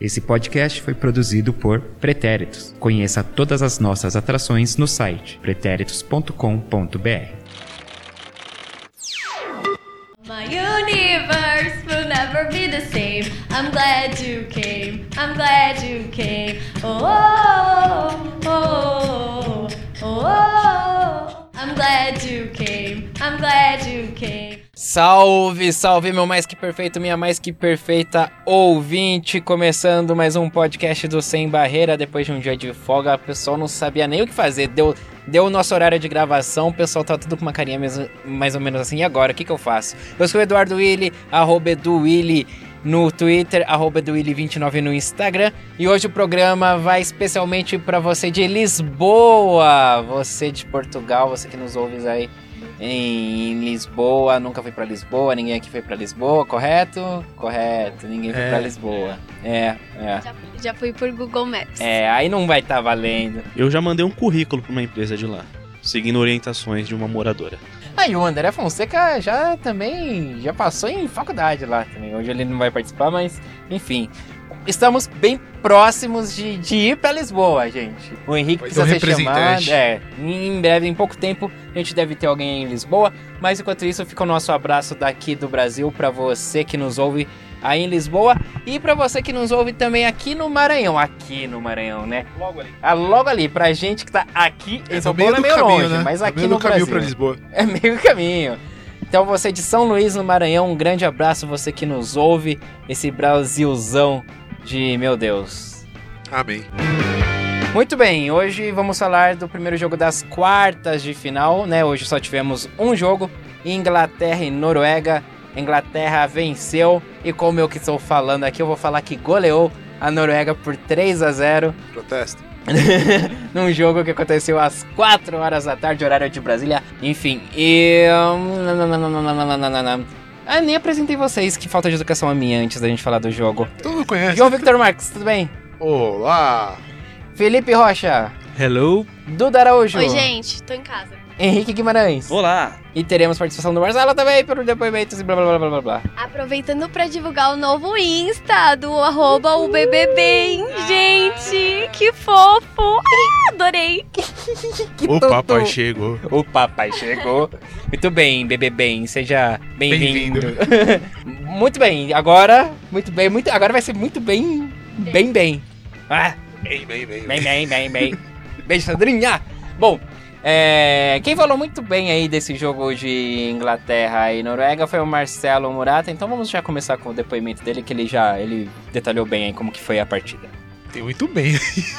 Esse podcast foi produzido por Pretéritos. Conheça todas as nossas atrações no site pretéritos.com.br. My universe will never be the same. I'm glad you came. I'm glad you came. Oh, oh, oh, oh. I'm glad you came. I'm glad you came. Salve, salve, meu mais que perfeito, minha mais que perfeita ouvinte. Começando mais um podcast do Sem Barreira. Depois de um dia de folga, o pessoal não sabia nem o que fazer. Deu o nosso horário de gravação, o pessoal tá tudo com uma carinha mais ou menos assim. E agora, o que eu faço? Eu sou o Eduardo Willi, @EduWilli no Twitter, @EduWilli29 no Instagram. E hoje o programa vai especialmente pra você de Lisboa, você de Portugal, você que nos ouve aí em Lisboa. Nunca fui pra Lisboa, ninguém aqui foi pra Lisboa, correto? Correto, ninguém foi pra Lisboa. Já fui por Google Maps. Aí não vai estar valendo. Eu já mandei um currículo pra uma empresa de lá, seguindo orientações de uma moradora. Aí o André Fonseca já passou em faculdade lá também. Hoje ele não vai participar, mas enfim. Estamos bem próximos de ir pra Lisboa, gente. O Henrique precisa ser chamado. Em breve, em pouco tempo, a gente deve ter alguém em Lisboa. Mas enquanto isso, fica o nosso abraço daqui do Brasil pra você que nos ouve aí em Lisboa. E pra você que nos ouve também aqui no Maranhão. Aqui no Maranhão, né? Logo ali. Logo ali, pra gente que tá aqui em São Paulo é meio longe, né? Mas aqui no Brasil. Caminho pra Lisboa. É meio caminho. Então você de São Luís, no Maranhão, um grande abraço. Você que nos ouve, esse Brasilzão de meu Deus. Amém. Muito bem, hoje vamos falar do primeiro jogo das quartas de final, né? Hoje só tivemos um jogo, Inglaterra e Noruega. A Inglaterra venceu e como eu que estou falando aqui, eu vou falar que goleou a Noruega por 3-0. Protesto. Num jogo que aconteceu às 4 horas da tarde, horário de Brasília. Enfim, nem apresentei vocês, que falta de educação a minha antes da gente falar do jogo. Todo mundo conhece. João Victor Marques, tudo bem? Olá. Felipe Rocha. Hello. Duda Araújo. Oi, gente, tô em casa. Henrique Guimarães. Olá. E teremos participação do Marcelo também pelo depoimentos e blá blá blá blá blá. Aproveitando pra divulgar o novo Insta do @OBBBem, gente, que fofo. Adorei. O papai chegou. O papai chegou. Muito bem, bebê bem, seja bem-vindo. Muito bem, agora vai ser muito bem. Ah, bem. Beijo, Sandrinha. Bom, quem falou muito bem aí desse jogo de Inglaterra e Noruega foi o Marcelo Murata. Então vamos já começar com o depoimento dele, que ele detalhou bem aí como que foi a partida. Tem muito bem.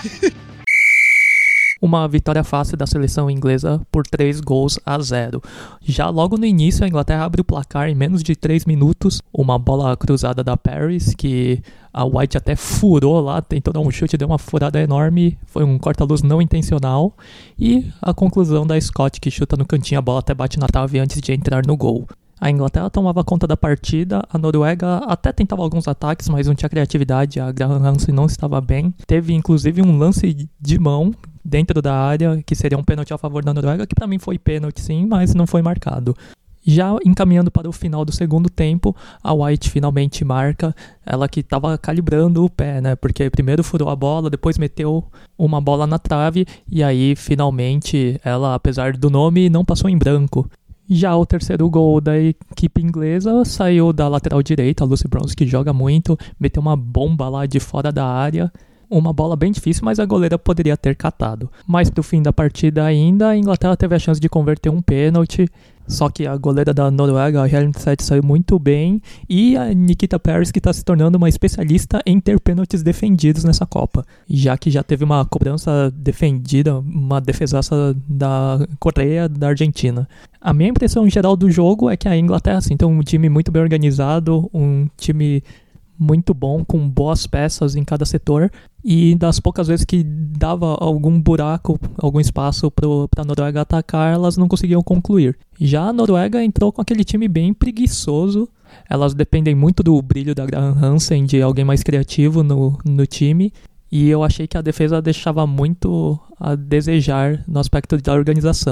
Uma vitória fácil da seleção inglesa por 3-0. Já logo no início, a Inglaterra abre o placar em menos de 3 minutos. Uma bola cruzada da Paris, que a White até furou lá, tentou dar um chute, deu uma furada enorme. Foi um corta-luz não intencional. E a conclusão da Scott, que chuta no cantinho, a bola até bate na trave antes de entrar no gol. A Inglaterra tomava conta da partida, a Noruega até tentava alguns ataques, mas não tinha criatividade, a Graham Hansen não estava bem. Teve inclusive um lance de mão dentro da área, que seria um pênalti a favor da Noruega, que para mim foi pênalti sim, mas não foi marcado. Já encaminhando para o final do segundo tempo, a White finalmente marca, ela que estava calibrando o pé, né? Porque primeiro furou a bola, depois meteu uma bola na trave, e aí finalmente ela, apesar do nome, não passou em branco. Já o terceiro gol da equipe inglesa saiu da lateral direita, a Lucy Bronze, que joga muito, meteu uma bomba lá de fora da área. Uma bola bem difícil, mas a goleira poderia ter catado. Mais pro fim da partida ainda, a Inglaterra teve a chance de converter um pênalti. Só que a goleira da Noruega, a Hjelmset, saiu muito bem. E a Nikita Parris, que está se tornando uma especialista em ter pênaltis defendidos nessa Copa. Já que já teve uma cobrança defendida, uma defesaça da Correia da Argentina. A minha impressão geral do jogo é que a Inglaterra assim, tem um time muito bem organizado, um time muito bom, com boas peças em cada setor, e das poucas vezes que dava algum buraco, algum espaço para a Noruega atacar, elas não conseguiam concluir. Já a Noruega entrou com aquele time bem preguiçoso, elas dependem muito do brilho da Graham Hansen, de alguém mais criativo no time, e eu achei que a defesa deixava muito a desejar no aspecto da organização.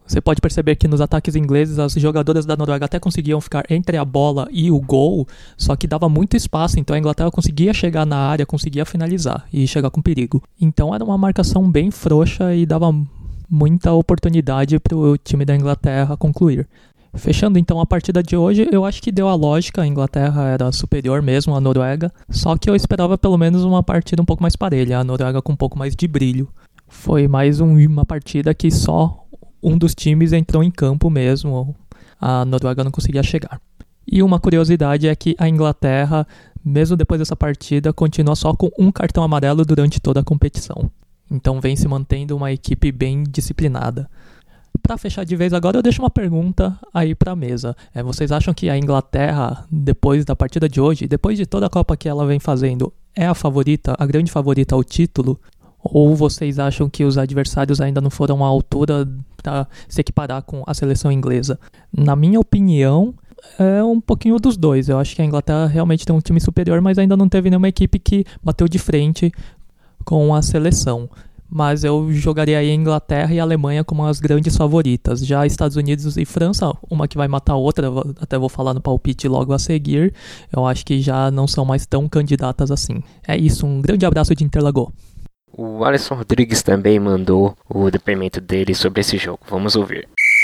Você pode perceber que nos ataques ingleses as jogadoras da Noruega até conseguiam ficar entre a bola e o gol, só que dava muito espaço, então a Inglaterra conseguia chegar na área, conseguia finalizar e chegar com perigo. Então era uma marcação bem frouxa e dava muita oportunidade para o time da Inglaterra concluir. Fechando então a partida de hoje, eu acho que deu a lógica, a Inglaterra era superior mesmo à Noruega, só que eu esperava pelo menos uma partida um pouco mais parelha, a Noruega com um pouco mais de brilho. Foi mais uma partida que só um dos times entrou em campo mesmo, a Noruega não conseguia chegar. E uma curiosidade é que a Inglaterra, mesmo depois dessa partida, continua só com um cartão amarelo durante toda a competição. Então vem se mantendo uma equipe bem disciplinada. Para fechar de vez agora, eu deixo uma pergunta aí para a mesa. Vocês acham que a Inglaterra, depois da partida de hoje, depois de toda a Copa que ela vem fazendo, é a favorita, a grande favorita ao título? Ou vocês acham que os adversários ainda não foram à altura para se equiparar com a seleção inglesa? Na minha opinião, é um pouquinho dos dois. Eu acho que a Inglaterra realmente tem um time superior, mas ainda não teve nenhuma equipe que bateu de frente com a seleção. Mas eu jogaria aí a Inglaterra e a Alemanha como as grandes favoritas. Já Estados Unidos e França, uma que vai matar a outra, até vou falar no palpite logo a seguir, eu acho que já não são mais tão candidatas assim. É isso, um grande abraço de Interlagos. O Alisson Rodrigues também mandou o depoimento dele sobre esse jogo. Vamos ouvir.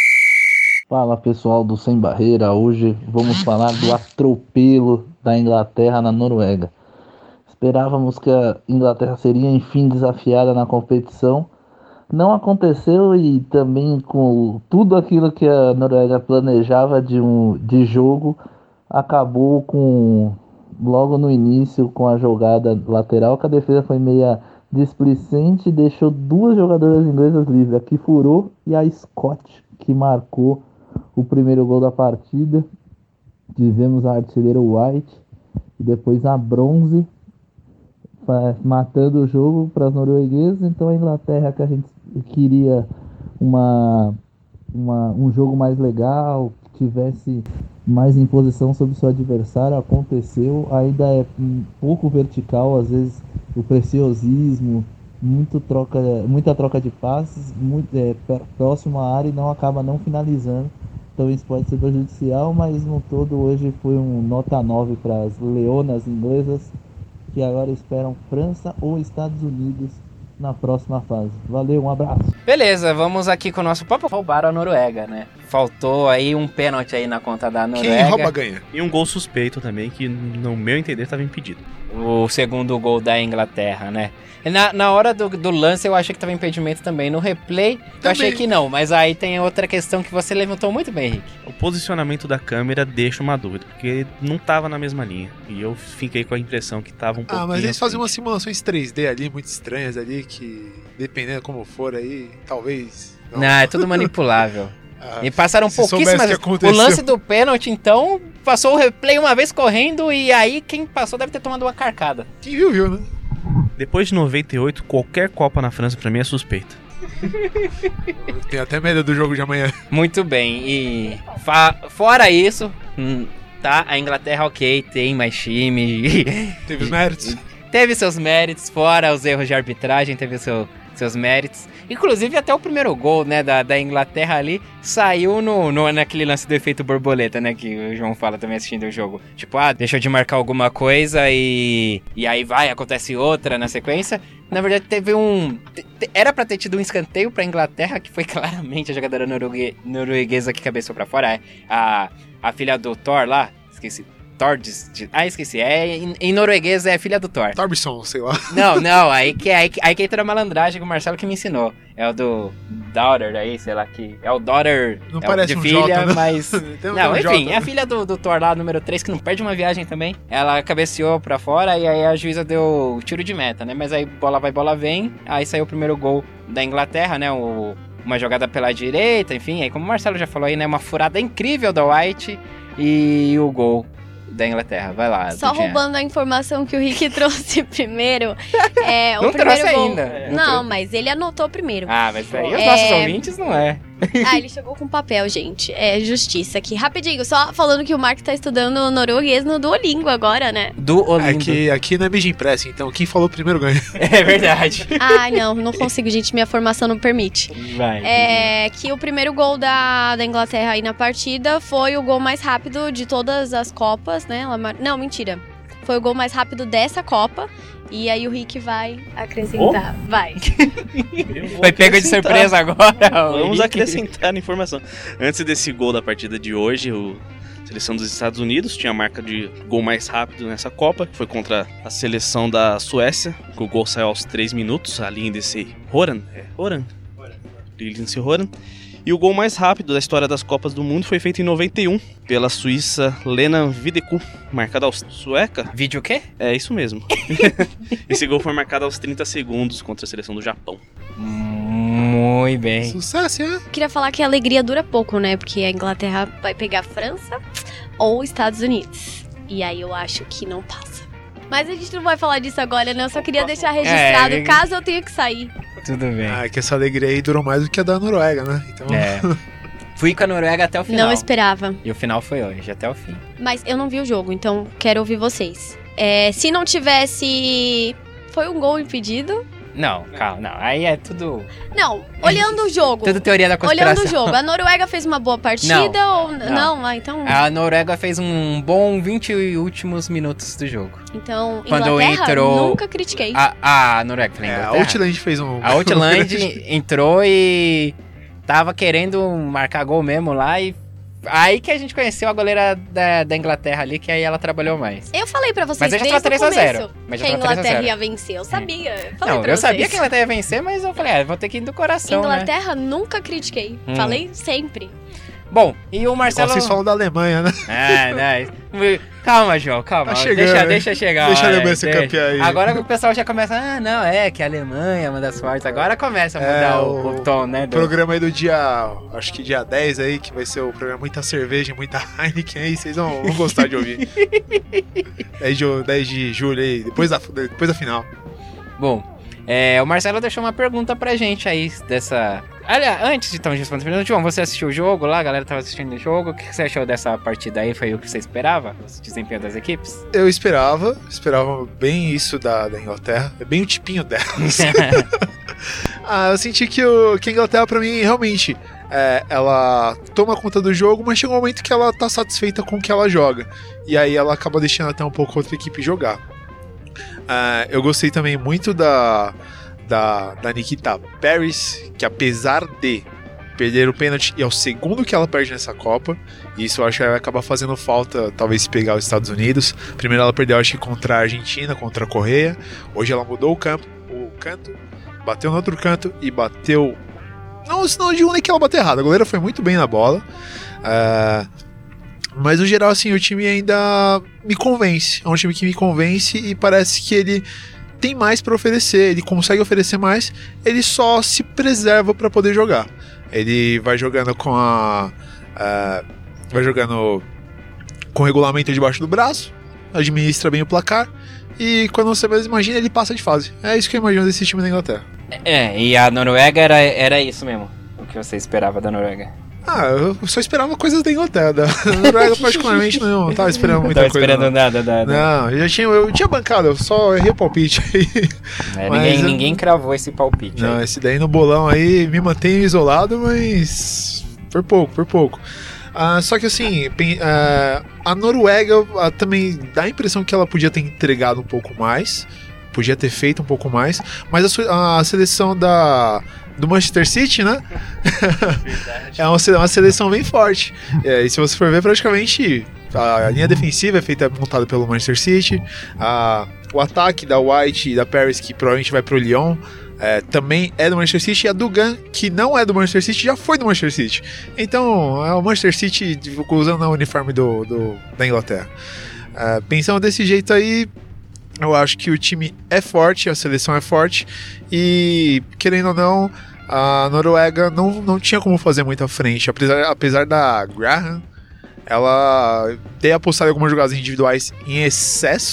Fala pessoal do Sem Barreira, hoje vamos falar do atropelo da Inglaterra na Noruega. Esperávamos que a Inglaterra seria enfim desafiada na competição. Não aconteceu e também com tudo aquilo que a Noruega planejava de jogo, acabou logo no início com a jogada lateral, que a defesa foi meia displicente e deixou duas jogadoras inglesas livres, a que furou e a Scott, que marcou o primeiro gol da partida. Tivemos a artilheira White e depois a Bronze matando o jogo para as norueguesas. Então a Inglaterra, que a gente queria um jogo mais legal, que tivesse mais imposição sobre seu adversário, aconteceu. Ainda é um pouco vertical, às vezes o preciosismo, muita troca de passes, próximo à área e acaba não finalizando. Então isso pode ser prejudicial, mas no todo hoje foi um nota 9 para as leonas inglesas, que agora esperam França ou Estados Unidos na próxima fase. Valeu, um abraço. Beleza, vamos aqui com o nosso papo. Roubaram a Noruega, né? Faltou aí um pênalti aí na conta da Noruega. Quem rouba ganha. E um gol suspeito também, que no meu entender estava impedido. O segundo gol da Inglaterra, né? Na hora do lance eu achei que tava impedimento também. No replay eu achei que não, mas aí tem outra questão que você levantou muito bem, Henrique. O posicionamento da câmera deixa uma dúvida, porque não tava na mesma linha. E eu fiquei com a impressão que tava um pouquinho... Ah, mas eles fazem umas simulações 3D ali, muito estranhas ali, que dependendo como for aí, talvez... Não, é tudo manipulável. E passaram pouquíssimas vezes. O lance do pênalti, então, passou o replay uma vez correndo e aí quem passou deve ter tomado uma carcada. Quem viu, né? Depois de 98, qualquer Copa na França pra mim é suspeita. Eu tenho até medo do jogo de amanhã. Muito bem, e fora isso, tá, a Inglaterra ok, tem mais time. Teve os méritos. Teve seus méritos, fora os erros de arbitragem, teve seus méritos. Inclusive até o primeiro gol, né, da Inglaterra ali saiu naquele lance do efeito borboleta, né, que o João fala também assistindo o jogo. Tipo, deixou de marcar alguma coisa e aí acontece outra na sequência. Na verdade teve era pra ter tido um escanteio pra Inglaterra, que foi claramente a jogadora norueguesa que cabeçou pra fora. A filha do Thor lá, esqueci. Esqueci. Em norueguês é filha do Thor. Thorbjorn, sei lá. Não, aí que entra a malandragem que o Marcelo que me ensinou. É o do daughter aí, sei lá, que é o daughter não parece de um filha, Jota, mas... Não, enfim, é a filha do Thor lá, número 3, que não perde uma viagem também. Ela cabeceou pra fora e aí a juíza deu tiro de meta, né? Mas aí bola vai, bola vem. Aí saiu o primeiro gol da Inglaterra, né? Uma jogada pela direita, enfim. Aí como o Marcelo já falou aí, né? Uma furada incrível da White e o gol da Inglaterra. Vai lá. Só roubando a informação que o Rick trouxe primeiro. Não o primeiro trouxe gol... ainda. Não, mas ele anotou primeiro. Mas aí os nossos ouvintes não é. Ah, ele chegou com papel, gente. É justiça aqui. Rapidinho, só falando que o Mark tá estudando norueguês no Duolingo agora, né? Duolingo. Aqui não é Beijing Press, então quem falou primeiro ganha. É verdade. Ai, não consigo, gente. Minha formação não permite. Vai. Que o primeiro gol da Inglaterra aí na partida foi o gol mais rápido de todas as Copas, né? Não, mentira. Foi o gol mais rápido dessa Copa. E aí o Rick vai acrescentar. Vai. Foi pego de surpresa agora. Vamos acrescentar a informação. Antes desse gol da partida de hoje, a seleção dos Estados Unidos tinha a marca de gol mais rápido nessa Copa, que foi contra a seleção da Suécia, que o gol saiu aos 3 minutos, a Lindsey Horan. Lindsey Horan. E o gol mais rápido da história das Copas do Mundo foi feito em 91, pela suíça Lena Videku, marcada aos... Sueca? Vídeo o quê? É isso mesmo. Esse gol foi marcado aos 30 segundos contra a seleção do Japão. Muito bem. Sucesso, né? Queria falar que a alegria dura pouco, né? Porque a Inglaterra vai pegar a França ou Estados Unidos. E aí eu acho que não passa. Mas a gente não vai falar disso agora, né? Eu só queria deixar registrado, caso eu tenha que sair. Tudo bem. Ah, é que essa alegria aí durou mais do que a da Noruega, né? Então... Fui com a Noruega até o final. Não esperava. E o final foi hoje, até o fim. Mas eu não vi o jogo, então quero ouvir vocês. Se não tivesse... Foi um gol impedido? Não, calma, não. Aí é tudo... Não, olhando o jogo. Tudo teoria da conspiração. Olhando o jogo. A Noruega fez uma boa partida ou... Não, então... A Noruega fez um bom 20 últimos minutos do jogo. Então, Quando Inglaterra, entrou... nunca critiquei. A Noruega, falei a Inglaterra. Outland fez um... A Outland entrou e tava querendo marcar gol mesmo lá e... Aí que a gente conheceu a goleira da Inglaterra ali, que aí ela trabalhou mais. Eu falei pra vocês Mas já desde tava o 3 a 0. começo Mas que já a tava 3 a 0. Inglaterra ia vencer. Eu sabia. Falei Não, pra eu vocês. sabia que a Inglaterra ia vencer, mas eu falei, vou ter que ir do coração, Inglaterra nunca critiquei. Falei sempre. Bom, e o Marcelo... Vocês falam da Alemanha, né? Calma, João, calma. Tá chegando, deixa chegar. Deixa a Alemanha ser campeã aí. Agora o pessoal já começa, que a Alemanha é uma das fortes. Agora começa a mudar o tom, né? O programa aí do dia, acho que dia 10 aí, que vai ser o programa Muita Cerveja, Muita Heineken aí, vocês vão gostar de ouvir. 10 de julho aí, depois da final. Bom, o Marcelo deixou uma pergunta pra gente aí dessa... Aliás, antes de estamos respondendo, João, você assistiu o jogo lá? A galera tava assistindo o jogo. O que você achou dessa partida aí? Foi o que você esperava? O desempenho das equipes? Eu esperava bem isso da Inglaterra. É bem o tipinho delas. Eu senti que a Inglaterra, pra mim, realmente... ela toma conta do jogo, mas chega um momento que ela tá satisfeita com o que ela joga. E aí ela acaba deixando até um pouco a outra equipe jogar. Eu gostei também muito da Nikita Parris, que apesar de perder o pênalti, e é o segundo que ela perde nessa Copa, e isso eu acho que vai acabar fazendo falta, talvez, se pegar os Estados Unidos. Primeiro ela perdeu, acho que contra a Argentina, contra a Correia. Hoje ela mudou o canto, bateu no outro canto e bateu... Não digo nem que ela bateu errado, a goleira foi muito bem na bola. Mas no geral, assim, o time ainda me convence. É um time que me convence e parece que ele tem mais pra oferecer. Ele consegue oferecer mais, ele só se preserva pra poder jogar. Ele vai jogando vai jogando com o regulamento debaixo do braço, administra bem o placar e quando você mesmo imagina, ele passa de fase. É isso que eu imagino desse time da Inglaterra. E a Noruega era isso mesmo, o que você esperava da Noruega. Eu só esperava coisas da Inglaterra. Da Noruega, particularmente, não tava esperando muita coisa. Não tava esperando nada. Não, eu tinha bancado, eu só errei o palpite aí. Ninguém cravou esse palpite. Não, aí. esse daí no bolão aí me mantém isolado, mas por pouco. Só que assim, a Noruega também dá a impressão que ela podia ter entregado um pouco mais, podia ter feito um pouco mais, mas a seleção do Manchester City, né? É uma seleção bem forte. E se você for ver, praticamente a linha defensiva é montada pelo Manchester City. O ataque da White e da Parris, que provavelmente vai pro Lyon, também é do Manchester City. E a Dugan, que não é do Manchester City, já foi do Manchester City. Então é o Manchester City usando o uniforme da Inglaterra. Pensando desse jeito aí, eu acho que o time é forte, a seleção é forte e, querendo ou não, a Noruega não tinha como fazer muita frente. Apesar da Graham, ela ter apostado em algumas jogadas individuais em excesso,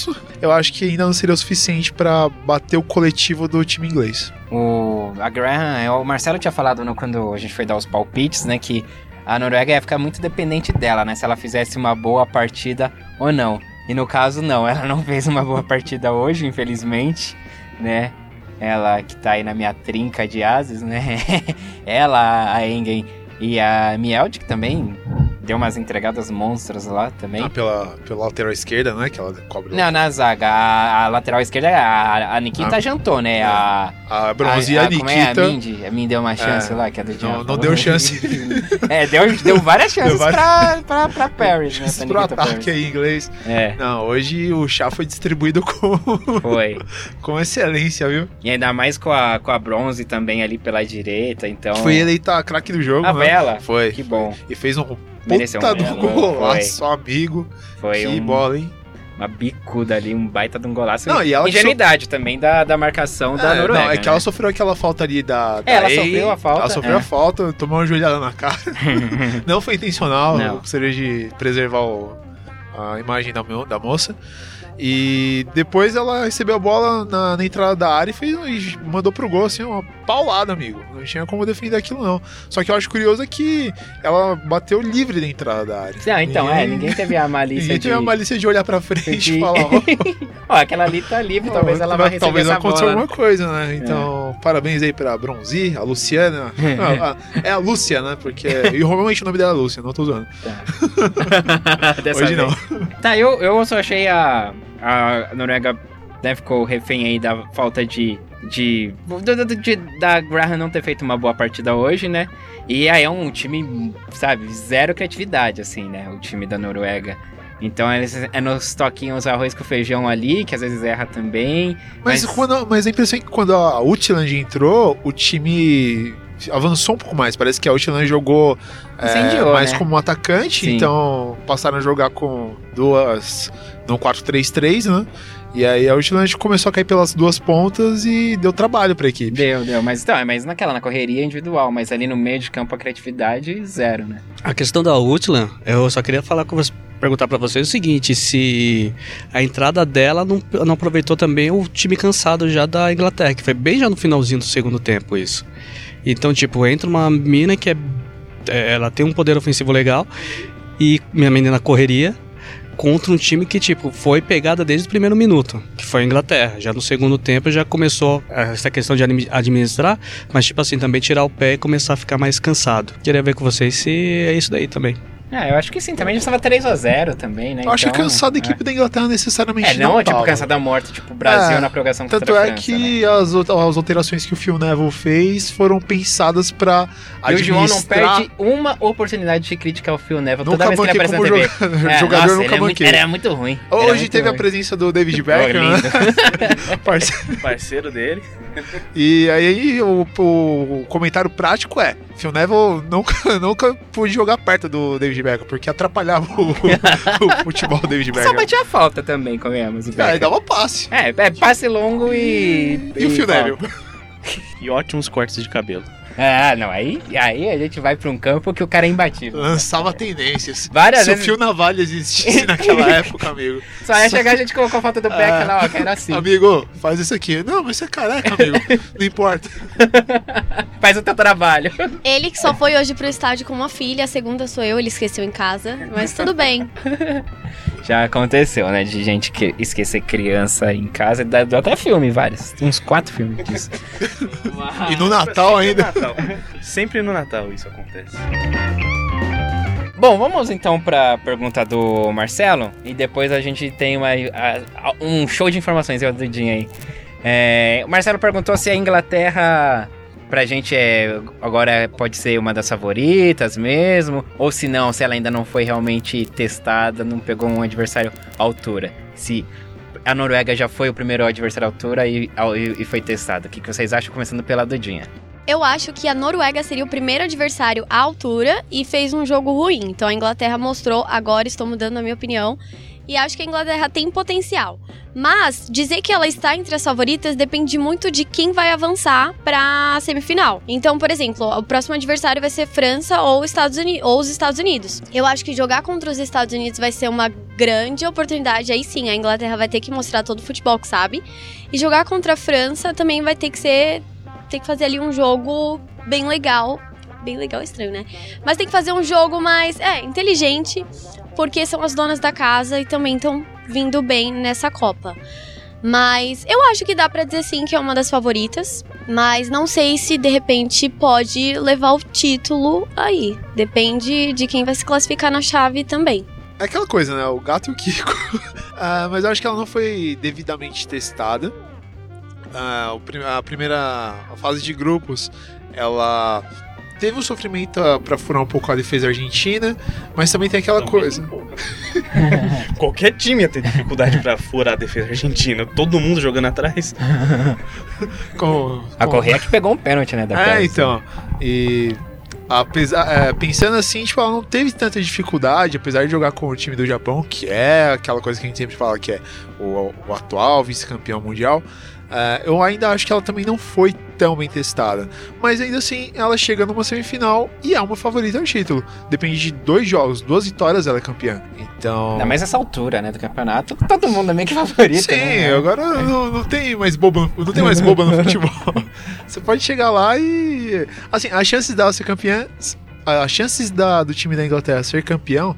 eu acho que ainda não seria o suficiente pra bater o coletivo do time inglês. A Graham, o Marcelo tinha falado quando a gente foi dar os palpites, né, que a Noruega ia ficar muito dependente dela, né, se ela fizesse uma boa partida ou não. E no caso, não, ela não fez uma boa partida hoje, infelizmente, né. Ela que tá aí na minha trinca de ases, né, ela, a Engen e a Mjelde, que também deu umas entregadas monstras lá também. Pela lateral esquerda, né? Que ela cobre. Não, na zaga. A lateral esquerda, a Nikita jantou, né? A Bronze e a Nikita. Como é? A Mindy deu uma chance lá, que é do John. Não deu chance. Deu várias chances pra Paris, né? Pro ataque aí em inglês. Não, hoje o chá foi distribuído com excelência, viu? E ainda mais com a Bronze também ali pela direita, então... Foi eleita a craque do jogo, né? Bela. Foi. Que bom. E fez um puta do golaço, amigo. Foi que bola, hein? Uma bicuda ali, um baita de um golaço. Não, e ela ingenuidade também da marcação da Noruega. Não, é que ela sofreu aquela falta ali da ela sofreu a falta. Ela sofreu a falta, tomou uma joelhada na cara. Não foi intencional, seria de preservar a imagem da moça. E depois ela recebeu a bola na entrada da área e mandou pro gol, assim, uma paulada, amigo. Não tinha como defender aquilo, não. Só que eu acho curioso é que ela bateu livre da entrada da área. Não, então, ninguém teve a malícia ninguém teve a malícia de olhar pra frente e falar, ó, aquela ali tá livre, talvez ela vá receber essa bola. Talvez aconteça alguma coisa, né? Então, parabéns aí pra Bronzi, a Luciana. É a Lúcia, né? Porque... E realmente o nome dela é Lúcia, não tô usando. Hoje vez. Não. Tá, eu só achei a Noruega, né, ficou refém aí da falta da Graham não ter feito uma boa partida hoje, né? E aí é um time, sabe, zero criatividade, assim, né? O time da Noruega. Então é nos toquinhos arroz com feijão ali, que às vezes erra também. Mas a impressão é que quando a Utland entrou, o time avançou um pouco mais. Parece que a Utland jogou mais, né, como um atacante. Sim. Então passaram a jogar com duas no 4-3-3, né? E aí a Utland começou a cair pelas duas pontas e deu trabalho pra equipe. Deu. Mas na correria individual, mas ali no meio de campo a criatividade, zero, né? A questão da Utland, eu só queria perguntar pra vocês o seguinte, se a entrada dela não aproveitou também o time cansado já da Inglaterra, que foi bem já no finalzinho do segundo tempo isso. Então, tipo, entra uma mina que ela tem um poder ofensivo legal e minha menina correria contra um time que, tipo, foi pegada desde o primeiro minuto, que foi a Inglaterra. Já no segundo tempo já começou essa questão de administrar, mas, tipo assim, também tirar o pé e começar a ficar mais cansado. Queria ver com vocês se é isso daí também. Eu acho que sim, também já estava 3-0 também, né? Eu acho que cansado a equipe da Inglaterra necessariamente não tava. Tipo, cansada morta, tipo o Brasil na prorrogação contra a França. Tanto é que, né, as alterações que o Phil Neville fez foram pensadas pra administrar... E o João não perde uma oportunidade de crítica ao Phil Neville toda vez que ele aparece na TV. Jogador nunca banquei. Era muito ruim. Hoje teve a presença do David Beckham, né? Parceiro dele. E aí o comentário prático Phil Neville nunca pôde jogar perto do David Beckham, porque atrapalhava o futebol do David Beckham. Só batia falta também, comemos. E dava passe. Passe longo e o Phil Neville. E ótimos cortes de cabelo. Não, aí a gente vai pra um campo que o cara é imbatível. Lançava tendências. Várias vezes. Se o Fio Navalha existisse naquela época, amigo. Só ia chegar a gente colocou a foto do Beck lá, que era assim. Amigo, faz isso aqui. Não, mas você é careca, amigo. Não importa. Faz o teu trabalho. Ele que só foi hoje pro estádio com uma filha, a segunda sou eu, ele esqueceu em casa, mas tudo bem. Já aconteceu, né, de gente que esquecer criança em casa, deu até filme, vários, uns 4 filmes disso. E no Natal ainda. Sempre no Natal isso acontece. Bom, vamos então pra pergunta do Marcelo, e depois a gente tem um show de informações, eu Dudinho aí. O Marcelo perguntou se a Inglaterra... Pra gente agora pode ser uma das favoritas mesmo, ou se não, se ela ainda não foi realmente testada, não pegou um adversário à altura. Se a Noruega já foi o primeiro adversário à altura e foi testado. O que vocês acham, começando pela Dudinha? Eu acho que a Noruega seria o primeiro adversário à altura e fez um jogo ruim. Então a Inglaterra mostrou, agora estou mudando a minha opinião, e acho que a Inglaterra tem potencial. Mas dizer que ela está entre as favoritas depende muito de quem vai avançar para a semifinal. Então, por exemplo, o próximo adversário vai ser França ou os Estados Unidos. Eu acho que jogar contra os Estados Unidos vai ser uma grande oportunidade. Aí sim, a Inglaterra vai ter que mostrar todo o futebol que sabe. E jogar contra a França também vai ter que fazer ali um jogo bem legal. Bem legal, estranho, né? Mas tem que fazer um jogo mais inteligente, porque são as donas da casa e também estão vindo bem nessa Copa. Mas eu acho que dá pra dizer sim que é uma das favoritas, mas não sei se de repente pode levar o título aí. Depende de quem vai se classificar na chave também. É aquela coisa, né? O gato e o Kiko. Mas eu acho que ela não foi devidamente testada. A primeira fase de grupos, ela teve um sofrimento pra furar um pouco a defesa argentina, mas também tem aquela coisa. Qualquer time ia ter dificuldade pra furar a defesa argentina. Todo mundo jogando atrás. A Correa que pegou um pênalti, né? Então. E pensando assim, tipo, ela não teve tanta dificuldade, apesar de jogar com o time do Japão, que é aquela coisa que a gente sempre fala que é o atual vice-campeão mundial. Eu ainda acho que ela também não foi tão bem testada. Mas ainda assim, ela chega numa semifinal e é uma favorita ao título. Depende de 2 jogos, 2 vitórias ela é campeã. Então... Ainda mais essa altura, né, do campeonato, todo mundo é meio que favorito. Sim, né? Agora não tem mais boba no futebol. Você pode chegar lá e... Assim, as chances dela ser campeã... As chances do time da Inglaterra ser campeão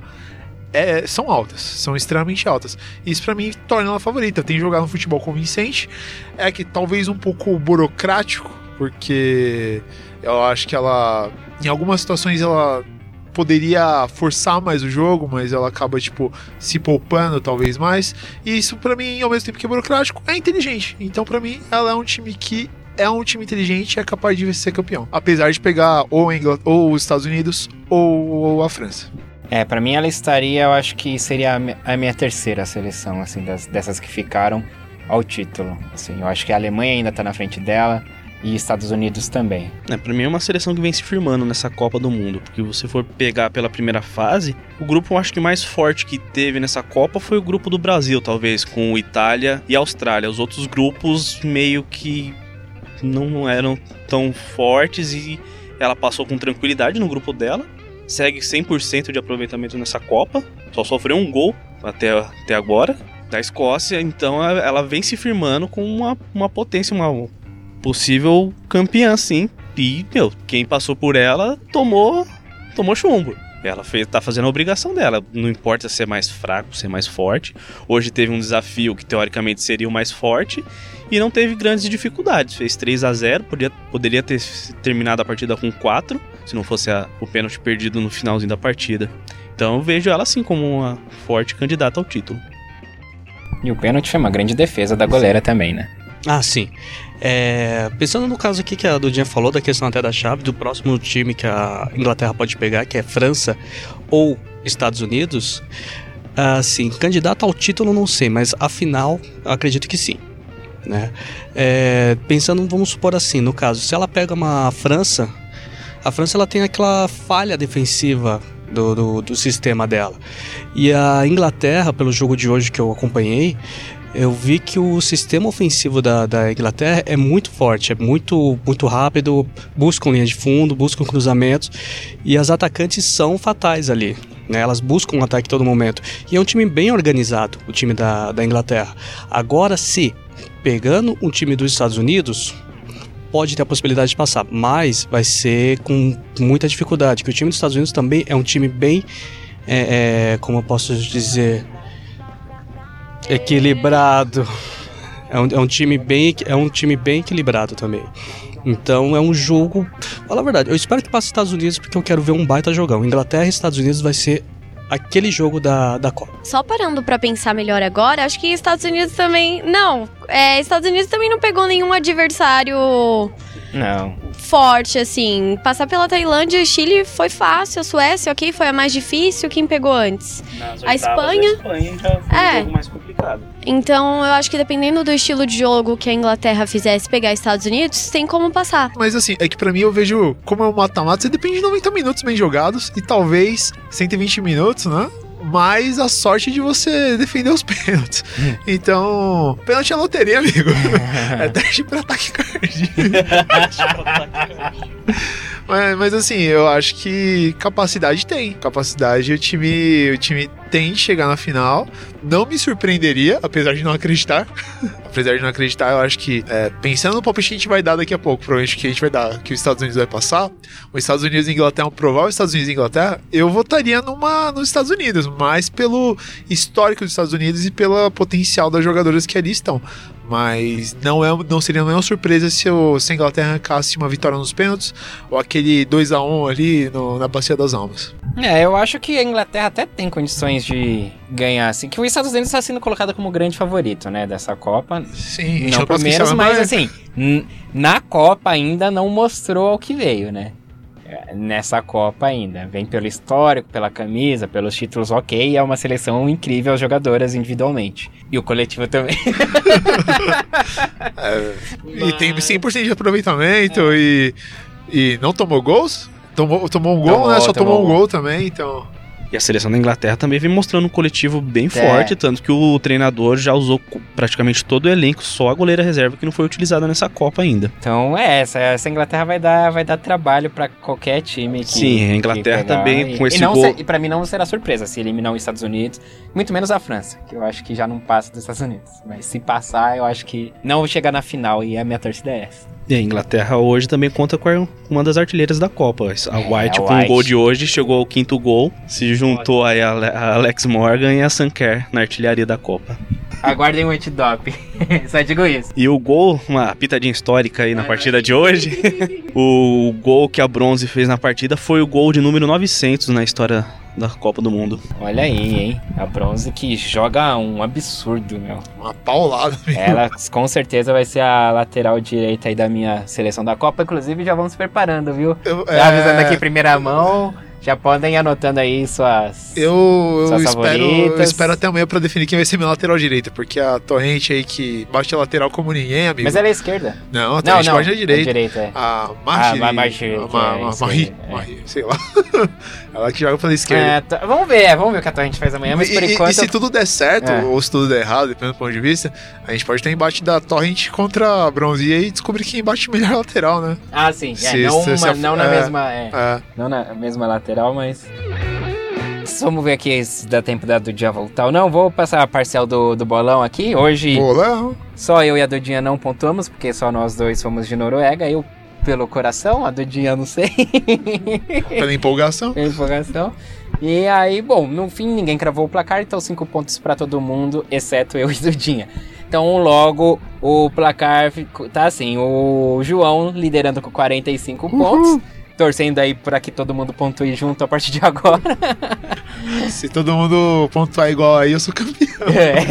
são altas, são extremamente altas. Isso pra mim torna ela favorita. Tem jogado um futebol convincente, que talvez um pouco burocrático, porque eu acho que ela, em algumas situações, ela poderia forçar mais o jogo, mas ela acaba, tipo, se poupando talvez mais. E isso pra mim, ao mesmo tempo que é burocrático, é inteligente. Então pra mim, ela é um time que é um time inteligente e é capaz de ser campeão, apesar de pegar ou os Estados Unidos ou a França. Pra mim ela estaria, eu acho que seria a minha terceira seleção, assim, dessas que ficaram ao título. Assim, eu acho que a Alemanha ainda tá na frente dela e Estados Unidos também. Pra mim é uma seleção que vem se firmando nessa Copa do Mundo, porque se você for pegar pela primeira fase, o grupo eu acho que mais forte que teve nessa Copa foi o grupo do Brasil, talvez, com Itália e Austrália. Os outros grupos meio que não eram tão fortes e ela passou com tranquilidade no grupo dela. Segue 100% de aproveitamento nessa Copa. Só sofreu um gol até agora da Escócia. Então ela vem se firmando com uma potência, uma possível campeã, sim. E, quem passou por ela tomou chumbo. Ela tá fazendo a obrigação dela. Não importa ser mais fraco, ser mais forte. Hoje teve um desafio que teoricamente seria o mais forte e não teve grandes dificuldades. Fez 3-0, poderia ter terminado a partida com 4, se não fosse o pênalti perdido no finalzinho da partida. Então eu vejo ela assim como uma forte candidata ao título. E o pênalti foi uma grande defesa da goleira também, né? Ah, sim. Pensando no caso aqui que a Dudinha falou, da questão até da chave, do próximo time que a Inglaterra pode pegar, que é França ou Estados Unidos, assim, candidato ao título não sei, mas a final eu acredito que sim, né? Pensando, vamos supor assim, no caso, se ela pega a França ela tem aquela falha defensiva do sistema dela, e a Inglaterra, pelo jogo de hoje que eu acompanhei, eu vi que o sistema ofensivo da Inglaterra é muito forte, é muito, muito rápido, buscam linha de fundo, buscam cruzamentos, e as atacantes são fatais ali, né? Elas buscam um ataque a todo momento, e é um time bem organizado, o time da Inglaterra. Agora, se pegando um time dos Estados Unidos, pode ter a possibilidade de passar, mas vai ser com muita dificuldade, porque o time dos Estados Unidos também é um time bem, como eu posso dizer, equilibrado. É um time bem equilibrado também. Então é um jogo, fala a verdade, eu espero que passe Estados Unidos, porque eu quero ver um baita jogão. Inglaterra e Estados Unidos vai ser aquele jogo da Copa. Só parando pra pensar melhor agora, acho que Estados Unidos também... Estados Unidos também não pegou nenhum adversário... Não. Forte, assim. Passar pela Tailândia e Chile foi fácil. A Suécia, ok, foi a mais difícil. Quem pegou antes? A Espanha. A Espanha já foi um jogo mais complicado. Então, eu acho que dependendo do estilo de jogo que a Inglaterra fizesse pegar Estados Unidos, tem como passar. Mas assim, é que pra mim eu vejo como é um mata-mata, você depende de 90 minutos bem jogados e talvez 120 minutos, né? mais a sorte de você defender os pênaltis. Então, pênalti é loteria, amigo. É teste pra ataque cardíaco. Mas assim, eu acho que capacidade tem. Capacidade o time tem de chegar na final. Não me surpreenderia, apesar de não acreditar. Apesar de não acreditar, eu acho que, pensando no palpite que a gente vai dar daqui a pouco, provavelmente que a gente vai dar, que os Estados Unidos vai passar, os Estados Unidos e Inglaterra, provar os Estados Unidos e Inglaterra, eu votaria nos Estados Unidos, mais pelo histórico dos Estados Unidos e pelo potencial das jogadoras que ali estão. Mas não seria nenhuma surpresa se a Inglaterra arrancasse uma vitória nos pênaltis ou aquele 2-1 ali na Bacia das Almas. Eu acho que a Inglaterra até tem condições de ganhar, assim, que os Estados Unidos está sendo colocado como grande favorito, né, dessa Copa. Sim, não por menos, mas assim, na Copa ainda não mostrou o que veio, né? Nessa Copa ainda. Vem pelo histórico, pela camisa, pelos títulos, ok. É uma seleção incrível, as jogadoras individualmente. E o coletivo também. E tem 100% de aproveitamento e não tomou gols? Tomou um gol, né? Só tomou um gol também, então... E a seleção da Inglaterra também vem mostrando um coletivo bem forte, tanto que o treinador já usou praticamente todo o elenco, só a goleira reserva que não foi utilizada nessa Copa ainda. Então essa Inglaterra vai dar trabalho pra qualquer time que... Sim, a Inglaterra também com esse gol... E pra mim não será surpresa se eliminar os Estados Unidos, muito menos a França, que eu acho que já não passa dos Estados Unidos. Mas se passar, eu acho que não vou chegar na final e a minha torcida é essa. E a Inglaterra hoje também conta com uma das artilheiras da Copa. A White, com o gol de hoje, chegou ao 5º gol. Se juntou aí a Alex Morgan e a Sam Kerr na artilharia da Copa. Aguardem o antidoping. Só digo isso. E o gol, uma pitadinha histórica aí na partida de hoje. O gol que a Bronze fez na partida foi o gol de número 900 na história da Copa do Mundo. Olha aí, hein? A Bronze que joga um absurdo, meu. Uma paulada, meu. Ela com certeza vai ser a lateral direita aí da minha seleção da Copa. Inclusive, já vamos se preparando, viu? Já avisando aqui em primeira mão. Já podem ir anotando aí suas espero até amanhã pra definir quem vai ser minha lateral direita, porque a Torrente aí que bate a lateral como ninguém, amigo. Mas ela é esquerda. Não, a Torrente bate a direita. É. A Marie, sei lá. Ela que joga pela esquerda. Vamos ver o que a Torrente faz amanhã, mas por enquanto... E se tudo der certo, ou se tudo der errado, dependendo do ponto de vista, a gente pode ter embate da Torrent contra a Bronze e aí descobrir quem bate melhor lateral, né? Ah, sim. Não na mesma lateral, mas... Vamos ver aqui se dá tempo da Dudinha voltar ou não. Vou passar a parcial do bolão aqui. Hoje, só eu e a Dudinha não pontuamos, porque só nós dois fomos de Noruega. Eu pelo coração, a Dudinha não sei. Pela empolgação. E aí, bom, no fim ninguém cravou o placar, então 5 pontos pra todo mundo, exceto eu e Dudinha. Então logo o placar tá assim, o João liderando com 45 pontos. Torcendo aí pra que todo mundo pontue junto a partir de agora. Se todo mundo pontuar igual aí, eu sou campeão.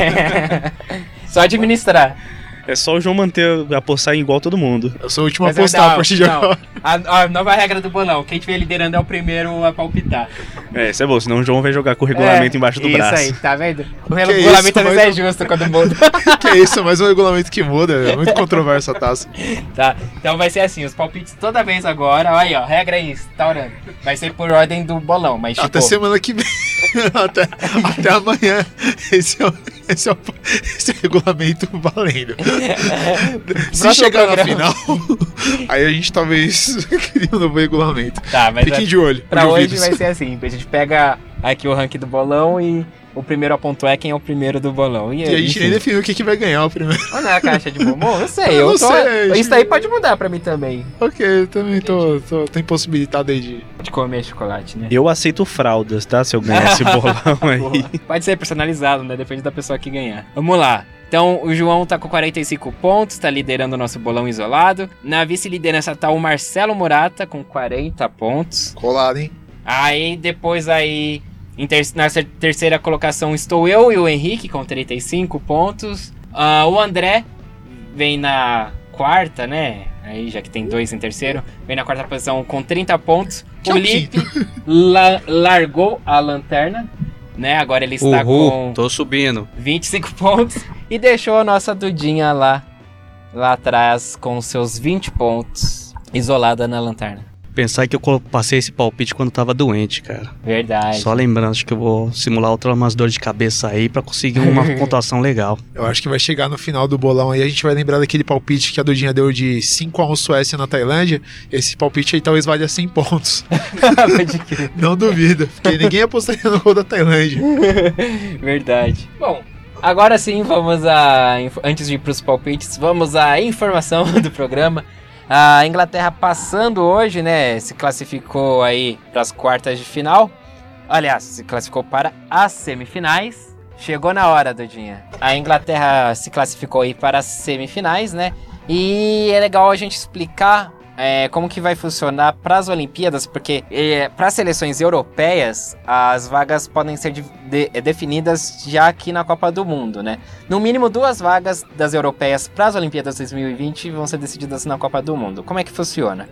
Só administrar. É só o João apostar igual todo mundo. Eu sou o último a apostar a partir de agora. A nova regra do bolão, quem estiver liderando é o primeiro a palpitar. Isso é bom, senão o João vai jogar com o regulamento embaixo do braço. Isso aí, tá vendo? O regulamento às vezes é justo quando muda. Que isso, mas o regulamento que muda, é muito controverso a taça. Tá, então vai ser assim, os palpites toda vez agora, aí ó, regra é isso, tá orando. Vai ser por ordem do bolão, mas tipo... Até semana que vem, até amanhã, esse é o regulamento valendo. Se chegar na final, aí a gente talvez crie um novo regulamento. Tá, mas fiquem de olho. Pra hoje vai ser assim, a gente pega aqui o ranking do bolão e o primeiro a pontuar é quem é o primeiro do bolão. E a gente nem definiu o que vai ganhar o primeiro. Ou não é a caixa de bombom? Não sei. Eu não sei. Isso aí pode mudar pra mim também. Ok, eu também tô impossibilitado aí de comer chocolate, né? Eu aceito fraldas, tá? Se eu ganhar esse bolão aí. Pode ser personalizado, né? Depende da pessoa que ganhar. Vamos lá. Então, o João tá com 45 pontos, tá liderando o nosso bolão isolado. Na vice-liderança tá o Marcelo Murata com 40 pontos. Colado, hein? Aí, depois aí... Na terceira colocação estou eu e o Henrique com 35 pontos. O André vem na quarta, né? Aí já que tem 2 em terceiro, vem na quarta posição com 30 pontos. O Lipe largou a lanterna, né? Agora ele está com... Tô subindo. 25 pontos. E deixou a nossa Dudinha lá atrás com seus 20 pontos, isolada na lanterna. Pensar que eu passei esse palpite quando tava doente, cara. Verdade. Só lembrando, acho que eu vou simular umas dores de cabeça aí pra conseguir uma pontuação legal. Eu acho que vai chegar no final do bolão aí, a gente vai lembrar daquele palpite que a Dudinha deu de 5-1 Suécia na Tailândia. Esse palpite aí talvez valha 100 pontos. Pode crer. Não duvido, porque ninguém apostaria no gol da Tailândia. Verdade. Bom, agora sim, antes de ir pros palpites, vamos à informação do programa. A Inglaterra passando hoje, né, se classificou aí para as quartas de final. Aliás, se classificou para as semifinais. Chegou na hora, Dudinha. A Inglaterra se classificou aí para as semifinais, né? E é legal a gente explicar como que vai funcionar para as Olimpíadas, porque para as seleções europeias, as vagas podem ser definidas já aqui na Copa do Mundo, né? No mínimo 2 vagas das europeias para as Olimpíadas 2020 vão ser decididas na Copa do Mundo. Como é que funciona?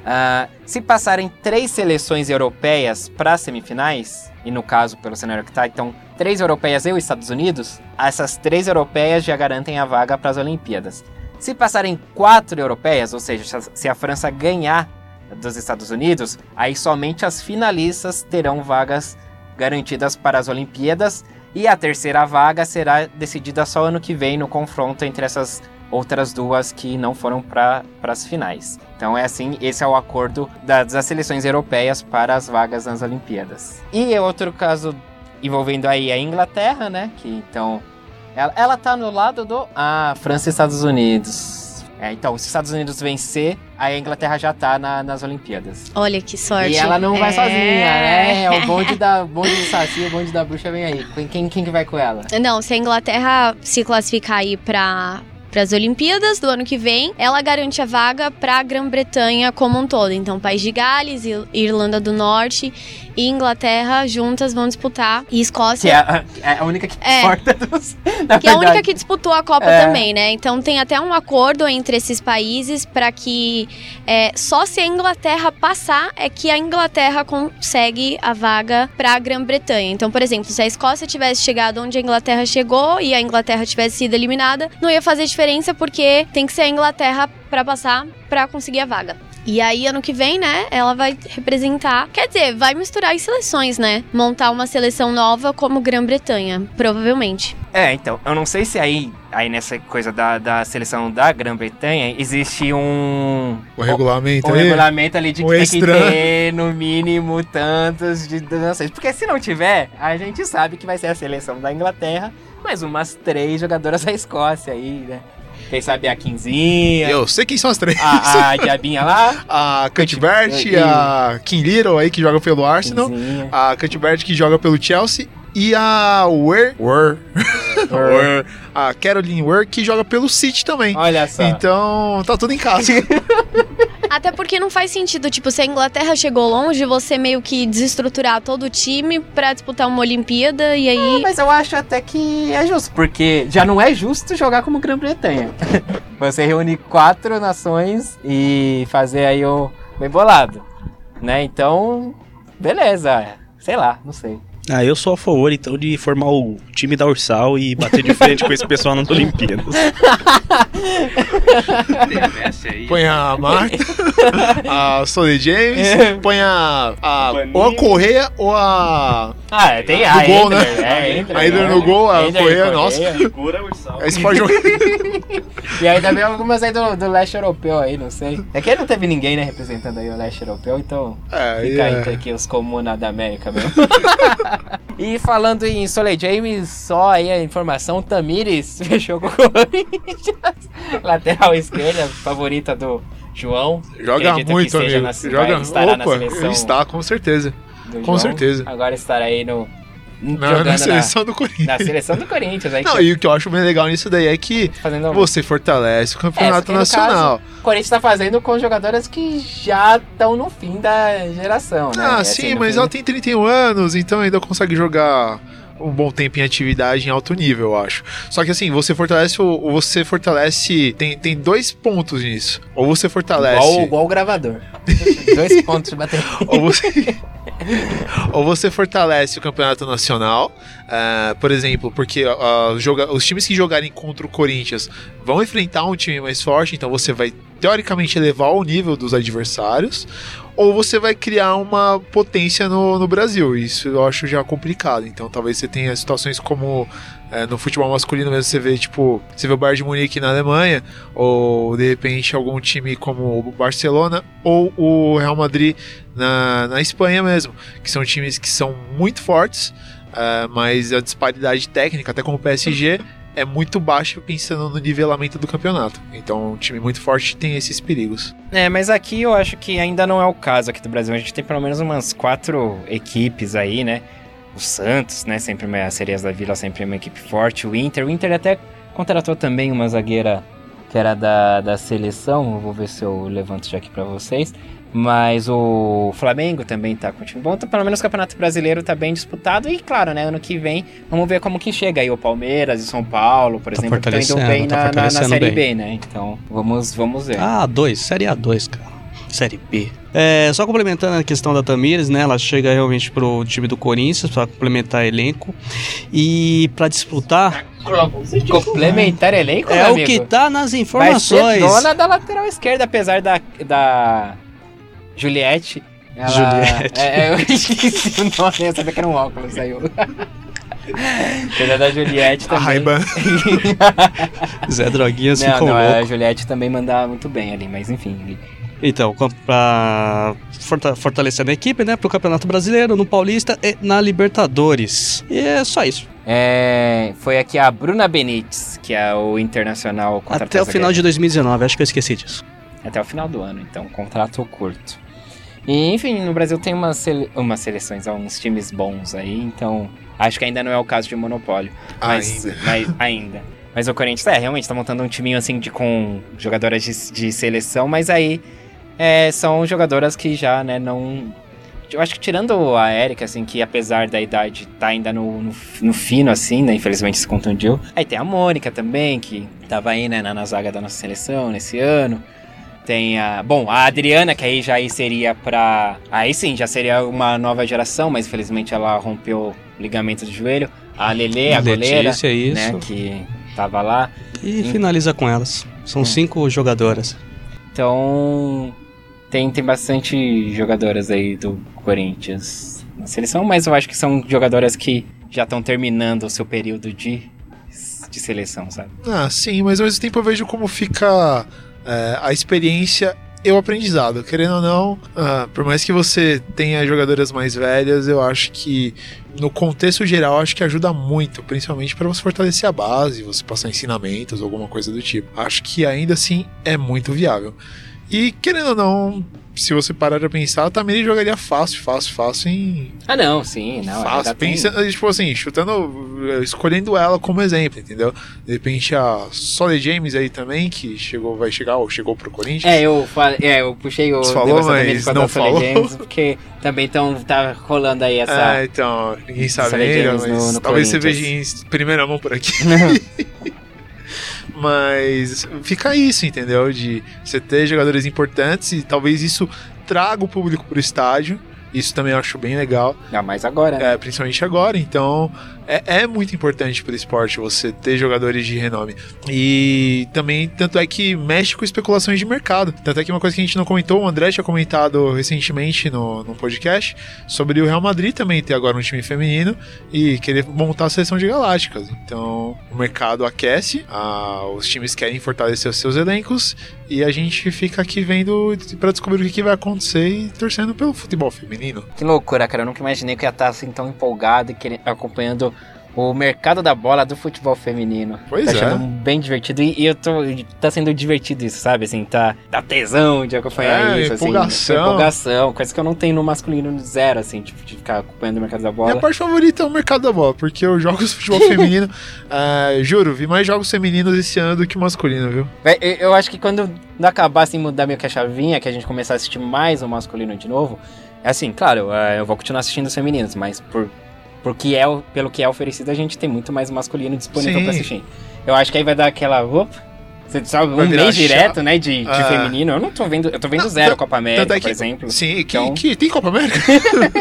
Se passarem 3 seleções europeias para as semifinais, e no caso, pelo cenário que tá, então 3 europeias e os Estados Unidos, essas 3 europeias já garantem a vaga para as Olimpíadas. Se passarem 4 europeias, ou seja, se a França ganhar dos Estados Unidos, aí somente as finalistas terão vagas garantidas para as Olimpíadas, e a terceira vaga será decidida só ano que vem no confronto entre essas outras 2 que não foram para as finais. Então é assim, esse é o acordo das seleções europeias para as vagas nas Olimpíadas. E outro caso envolvendo aí a Inglaterra, né, que então ela tá no lado do França e Estados Unidos. Então, se os Estados Unidos vencer, aí a Inglaterra já tá nas Olimpíadas. Olha que sorte. E ela não vai sozinha, né? É o bonde do Saci, o bonde da bruxa vem aí. Quem que vai com ela? Não, se a Inglaterra se classificar aí para as Olimpíadas do ano que vem, ela garante a vaga para a Grã-Bretanha como um todo. Então, País de Gales, Irlanda do Norte e Inglaterra juntas vão disputar. E Escócia... Que é a única que importa dos... Que é a única que disputou a Copa também, né? Então, tem até um acordo entre esses países para que só se a Inglaterra passar é que a Inglaterra consegue a vaga para a Grã-Bretanha. Então, por exemplo, se a Escócia tivesse chegado onde a Inglaterra chegou e a Inglaterra tivesse sido eliminada, não ia fazer diferença porque tem que ser a Inglaterra para passar para conseguir a vaga. E aí, ano que vem, né, ela vai representar... Quer dizer, vai misturar as seleções, né? Montar uma seleção nova como Grã-Bretanha, provavelmente. Então, eu não sei se aí nessa coisa da seleção da Grã-Bretanha existe um regulamento regulamento ali de que tem que ter no mínimo tantos de nações. Porque se não tiver, a gente sabe que vai ser a seleção da Inglaterra, mais umas 3 jogadoras da Escócia aí, né? Quem sabe a Quinzinha. Eu sei quem são as 3. A Diabinha lá. A Cuthbert, a Kim Little aí que joga pelo Arsenal. Quinzinha. A Cuthbert que joga pelo Chelsea. E a a Caroline Weir que joga pelo City também. Olha só. Então, tá tudo em casa. Até porque não faz sentido, tipo, se a Inglaterra chegou longe, você meio que desestruturar todo o time pra disputar uma Olimpíada e aí... Mas eu acho até que é justo, porque já não é justo jogar como Grã-Bretanha. Você reúne 4 nações e fazer aí o bem bolado, né? Então, beleza, sei lá, não sei. Eu sou a favor, então, de formar o time da Ursal e bater de frente com esse pessoal nas Olimpíadas. Põe a Marta, a Solly James, põe ou a Correia ou a... tem a Ender, gol, né? A Ender no gol, a Correia, nossa. Esse pode jogar. E aí também algumas aí do leste europeu aí, não sei. É que não teve ninguém, né, representando aí o leste europeu, então fica entre aqui os comunas da América mesmo. E falando em Solly James, só aí a informação, Tamires fechou com o Corinthians. Lateral esquerda, favorita do João. Joga muito, amigo. Estará na seleção. Ele está, com certeza. Com certeza. Agora estará aí na seleção do Corinthians. Na seleção do Corinthians. Aí e o que eu acho bem legal nisso daí é que você fortalece o campeonato nacional. Caso, o Corinthians está fazendo com jogadoras que já estão no fim da geração, né? Sim, mas ela tem 31 anos, então ainda consegue jogar um bom tempo em atividade em alto nível, eu acho. Só que assim, você fortalece tem 2 pontos nisso. Ou você fortalece... Igual o gravador. 2 pontos de bateria. Ou você fortalece o campeonato nacional, por exemplo, porque os times que jogarem contra o Corinthians vão enfrentar um time mais forte, então você vai teoricamente elevar o nível dos adversários, ou você vai criar uma potência no Brasil. Isso eu acho já complicado. Então talvez você tenha situações como no futebol masculino mesmo, você vê o Bayern de Munique na Alemanha, ou de repente algum time como o Barcelona ou o Real Madrid na Espanha mesmo, que são times que são muito fortes, mas a disparidade técnica, até como o PSG, é muito baixa pensando no nivelamento do campeonato. Então um time muito forte tem esses perigos. Mas aqui eu acho que ainda não é o caso aqui do Brasil. A gente tem pelo menos umas 4 equipes aí, né? O Santos, né? Sempre as Sereias da Vila, sempre uma equipe forte. O Inter até contratou também uma zagueira que era da seleção. Eu vou ver se eu levanto já aqui pra vocês. Mas o Flamengo também tá com um time bom. Então, pelo menos o Campeonato Brasileiro tá bem disputado. E claro, né, ano que vem, vamos ver como que chega aí o Palmeiras e São Paulo, por exemplo, que estão indo bem na Série B, né? Então, vamos ver. Série A2, cara. Série B. Só complementando a questão da Tamires, né? Ela chega realmente pro time do Corinthians para complementar elenco. E para disputar... Complementar elenco, é meu o amigo? que tá nas informações. Vai ser dona da lateral esquerda, apesar da Juliette. Juliette. Eu esqueci o nome, eu sabia que era um óculos, saiu. Apesar da Juliette também. A Ray-Ban. Zé Droguinha se ficou louco. A Juliette também mandava muito bem ali, mas enfim. Então, pra fortalecer a equipe, né? Pro Campeonato Brasileiro, no Paulista e na Libertadores. E é só isso. Foi aqui a Bruna Benítez, que é o Internacional contratou. Até o final de 2019, acho que eu esqueci disso. Até o final do ano, então, contrato curto. E, enfim, no Brasil tem umas seleções, uns times bons aí, então acho que ainda não é o caso de monopólio. Ainda. Mas o Corinthians, realmente tá montando um timinho assim com jogadoras de seleção, mas aí são jogadoras que já, né, não... Eu acho que tirando a Érica, assim, que apesar da idade tá ainda no fino, assim, né, infelizmente se contundiu. Aí tem a Mônica também, que tava aí, né, na zaga da nossa seleção nesse ano. Tem a Adriana, que aí já seria pra... Aí sim, já seria uma nova geração, mas infelizmente ela rompeu o ligamento do joelho. A Lelê, a goleira, isso. né, que tava lá. E finaliza com elas. São 5 jogadoras. Então, tem bastante jogadoras aí do Corinthians na seleção, mas eu acho que são jogadoras que já estão terminando o seu período de seleção, sabe? Sim, mas ao mesmo tempo eu vejo como fica a experiência e o aprendizado. Querendo ou não, por mais que você tenha jogadoras mais velhas, eu acho que no contexto geral, acho que ajuda muito, principalmente para você fortalecer a base, você passar ensinamentos, alguma coisa do tipo. Acho que ainda assim é muito viável. E querendo ou não, se você parar pra pensar, a Tamires jogaria fácil em... Não, sim, não. Fácil, tipo assim, escolhendo ela como exemplo, entendeu? De repente a Solly James aí também, que chegou pro Corinthians. Eu puxei o... Você falou, mas não falou? James, porque também tá rolando aí essa... então, ninguém sabe ainda, mas no talvez você veja em primeira mão por aqui. Mas fica isso, entendeu? De você ter jogadores importantes e talvez isso traga o público pro estádio. Isso também eu acho bem legal. Mais agora, né? Principalmente agora. Então, é muito importante pro esporte você ter jogadores de renome. E também, tanto é que mexe com especulações de mercado. Tanto é que uma coisa que a gente não comentou, o André tinha comentado recentemente no podcast, sobre o Real Madrid também ter agora um time feminino e querer montar a seleção de galácticas. Então, o mercado aquece, os times querem fortalecer os seus elencos e a gente fica aqui vendo pra descobrir o que vai acontecer e torcendo pelo futebol feminino. Que loucura, cara. Eu nunca imaginei que eu ia estar assim tão empolgado e acompanhando o mercado da bola do futebol feminino. Pois tá achando bem divertido. E tá sendo divertido isso, sabe? Assim, tá tesão de acompanhar isso. Empolgação. Assim, empolgação. Coisa que eu não tenho no masculino zero, assim, tipo, de ficar acompanhando o mercado da bola. Minha parte favorita é o mercado da bola, porque eu jogo futebol feminino. Juro, vi mais jogos femininos esse ano do que masculino, viu? Eu acho que quando acabar, assim, mudar meio que a chavinha, que a gente começar a assistir mais o masculino de novo, assim, claro, eu vou continuar assistindo os femininos, mas pelo que é oferecido, a gente tem muito mais masculino disponível pra assistir. Eu acho que aí vai dar aquela... Você sabe, um mês direto, né, de feminino. Eu não tô vendo... Eu tô vendo zero Copa América, por exemplo. Sim, então... que tem Copa América?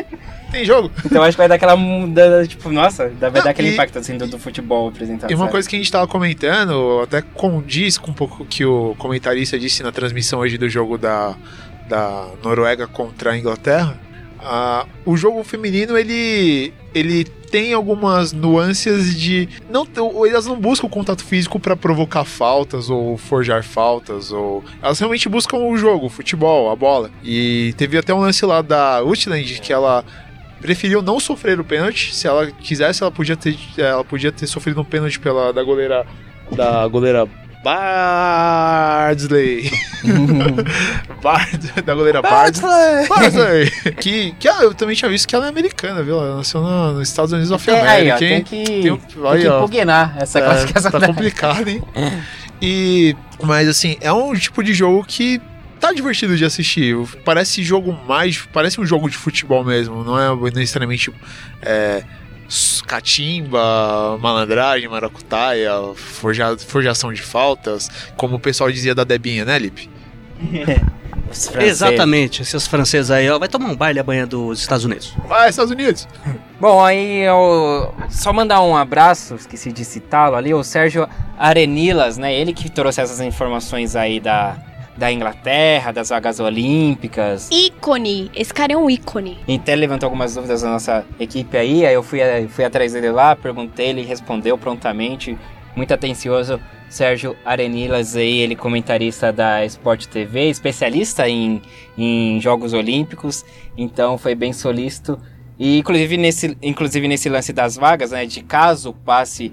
Tem jogo. Então acho que vai dar aquela mudança, tipo, nossa, vai dar aquele impacto assim do futebol apresentado. E uma sabe? coisa que a gente tava comentando, até condiz com um pouco o que o comentarista disse na transmissão hoje do jogo da Noruega contra a Inglaterra. O jogo feminino, ele tem algumas nuances de... elas não buscam o contato físico para provocar faltas ou forjar faltas, elas realmente buscam o jogo, o futebol, a bola. E teve até um lance lá da Utland que ela preferiu não sofrer o pênalti. Se ela quisesse, ela podia ter sofrido um pênalti da goleira Bardsley. Da goleira Bardsley. Que eu também tinha visto que ela é americana, viu? Ela nasceu nos Estados Unidos da América. Tem que impugnar essa classificação. Tá complicado, hein? Mas assim, é um tipo de jogo que tá divertido de assistir. Parece um jogo de futebol mesmo. Não é necessariamente catimba, malandragem, maracutaia, forjação de faltas, como o pessoal dizia da Debinha, né, Lipe? Exatamente, esses franceses aí, vai tomar um baile amanhã dos Estados Unidos. Vai, Estados Unidos! Bom, aí eu só mandar um abraço, esqueci de citá-lo ali, o Sérgio Arenilas, né, ele que trouxe essas informações aí da Inglaterra, das vagas olímpicas. Ícone! Esse cara é um ícone. Então ele levantou algumas dúvidas da nossa equipe aí eu fui atrás dele lá, perguntei, ele respondeu prontamente, muito atencioso. Sérgio Arenilas aí, ele comentarista da Sport TV, especialista em Jogos Olímpicos, então foi bem solícito. E inclusive nesse lance das vagas, né, de caso passe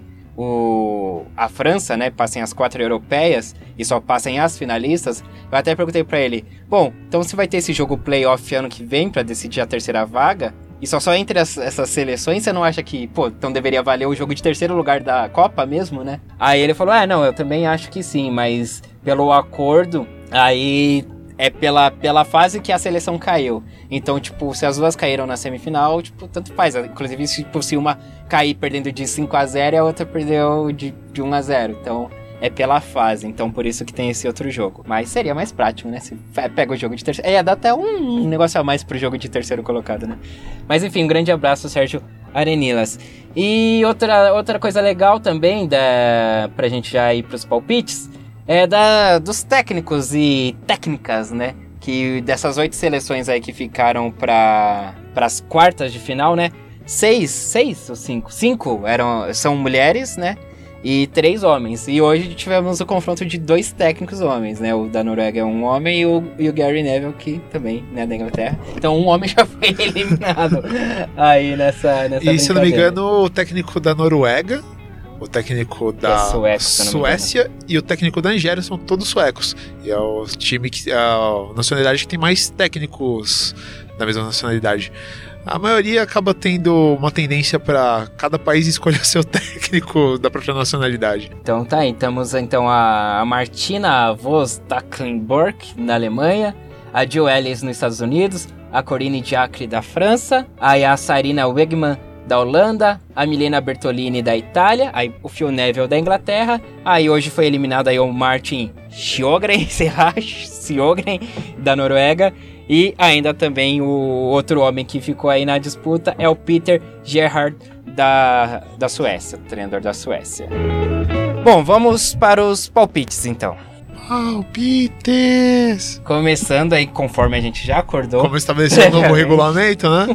a França, né, passem as 4 europeias e só passem as finalistas, eu até perguntei pra ele, bom, então se vai ter esse jogo playoff ano que vem pra decidir a terceira vaga, e só entre essas seleções, você não acha que, então deveria valer o jogo de terceiro lugar da Copa mesmo, né? Aí ele falou, não, eu também acho que sim, mas pelo acordo, aí é pela fase que a seleção caiu. Então, se as duas caíram na semifinal, tanto faz. Inclusive, se uma cair perdendo de 5-0 e a outra perdeu de 1-0. Então, é pela fase. Então, por isso que tem esse outro jogo. Mas seria mais prático, né? Se pega o jogo de terceiro. Ia dar até um negócio a mais pro jogo de terceiro colocado, né? Mas, enfim, um grande abraço, Sérgio Arenilas. E outra coisa legal também, pra gente já ir pros palpites, dos técnicos e técnicas, né? Que dessas 8 seleções aí que ficaram para as quartas de final, né? 6 ou 5? 5 são mulheres, né? E 3 homens. E hoje tivemos o confronto de 2 técnicos homens, né? O da Noruega é um homem e o Gary Neville, que também, né, da Inglaterra. Então um homem já foi eliminado aí nessa E se eu não me engano, o técnico da Noruega, o técnico da Suécia e o técnico da Nigéria são todos suecos. E é o time a nacionalidade que tem mais técnicos da mesma nacionalidade. A maioria acaba tendo uma tendência para cada país escolher seu técnico da própria nacionalidade. Então tá, temos então a Martina Vos Tecklenburg na Alemanha, a Jill Ellis nos Estados Unidos, a Corinne Diacre da França, aí a Sarina Wegman da Holanda, a Milena Bertolini da Itália, aí o Phil Neville da Inglaterra, aí hoje foi eliminado aí o Martin Sjögren da Noruega, e ainda também o outro homem que ficou aí na disputa é o Peter Gerhard da Suécia, o treinador da Suécia. Bom, vamos para os palpites então. Palpites! Começando aí, conforme a gente já acordou. Como estabeleceu o novo regulamento, né?